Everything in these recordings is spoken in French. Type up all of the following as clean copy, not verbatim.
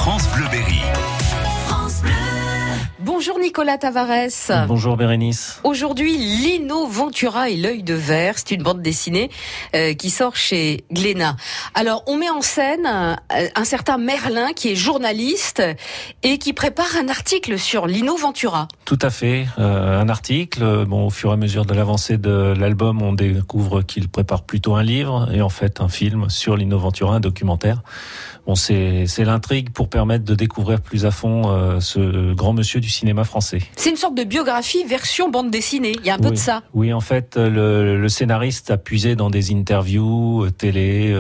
France Bleu Berry. Bonjour Nicolas Tavares. Bonjour Bérénice. Aujourd'hui, Lino Ventura et l'œil de verre, c'est une bande dessinée qui sort chez Glénat. Alors, on met en scène un certain Merlin qui est journaliste et qui prépare un article sur Lino Ventura. Tout à fait, un article. Au fur et à mesure de l'avancée de l'album, on découvre qu'il prépare plutôt un livre et en fait un film sur Lino Ventura, un documentaire. C'est l'intrigue pour permettre de découvrir plus à fond ce grand monsieur du cinéma français. C'est une sorte de biographie version bande dessinée. Il y a un peu de ça. Oui, en fait, le scénariste a puisé dans des interviews, télé,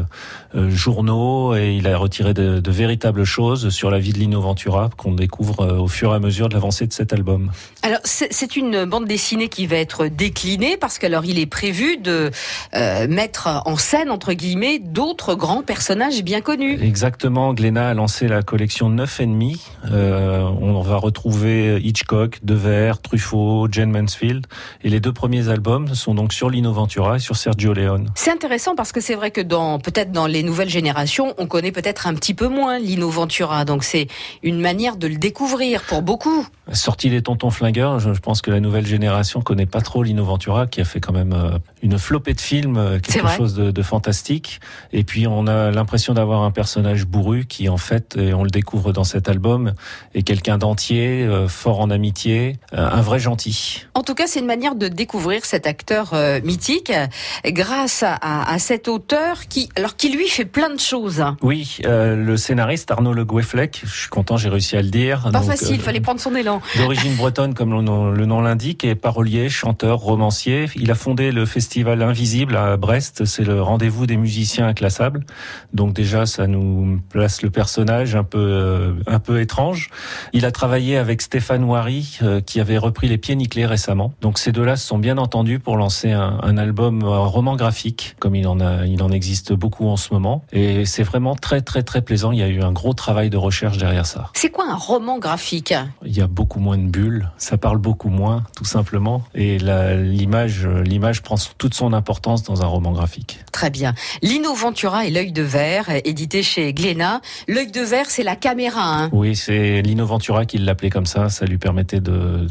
journaux, et il a retiré de véritables choses sur la vie de Lino Ventura qu'on découvre au fur et à mesure de l'avancée de cet album. Alors, c'est une bande dessinée qui va être déclinée parce qu'alors il est prévu de mettre en scène, entre guillemets, d'autres grands personnages bien connus. Exactement, Glénat a lancé la collection 9,5. On va retrouver Hitchcock, Devers, Truffaut, Jane Mansfield. Et les deux premiers albums sont donc sur Lino Ventura et sur Sergio Leone. C'est intéressant parce que c'est vrai que peut-être dans les nouvelles générations, on connaît peut-être un petit peu moins Lino Ventura. Donc c'est une manière de le découvrir pour beaucoup. Sorti des Tontons Flingueurs, je pense que la nouvelle génération connaît pas trop Lino Ventura, qui a fait quand même une flopée de films, quelque chose de fantastique. Et puis on a l'impression d'avoir un personnage bourru qui en fait, et on le découvre dans cet album, est quelqu'un d'entier, fort en amitié, un vrai gentil. En tout cas, c'est une manière de découvrir cet acteur mythique grâce à cet auteur qui lui fait plein de choses. Oui, le scénariste Arnaud Le Gouefflec, je suis content, j'ai réussi à le dire. Pas facile, fallait prendre son élan. D'origine bretonne, comme le nom l'indique, et parolier, chanteur, romancier. Il a fondé le festival Invisible à Brest. C'est le rendez-vous des musiciens inclassables. Donc déjà, ça nous place le personnage un peu étrange. Il a travaillé avec Stéphane Ouary, qui avait repris Les Pieds Nickelés récemment. Donc ces deux-là se sont bien entendus pour lancer un album, un roman graphique, comme il en existe beaucoup en ce moment. Et c'est vraiment très très très plaisant. Il y a eu un gros travail de recherche derrière ça. C'est quoi un roman graphique ? Il y a beaucoup moins de bulles, ça parle beaucoup moins, tout simplement. Et l'image prend toute son importance dans un roman graphique. Très bien. Lino Ventura et l'œil de verre, édité chez Glénat. L'œil de verre, c'est la caméra, hein. Oui, c'est Lino Ventura qui l'appelait comme ça. Ça lui permettait de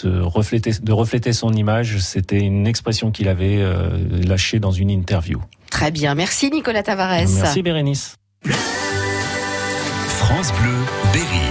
refléter son image. C'était une expression qu'il avait lâchée dans une interview. Très bien. Merci Nicolas Tavares. Merci Bérénice. France Bleu Berry.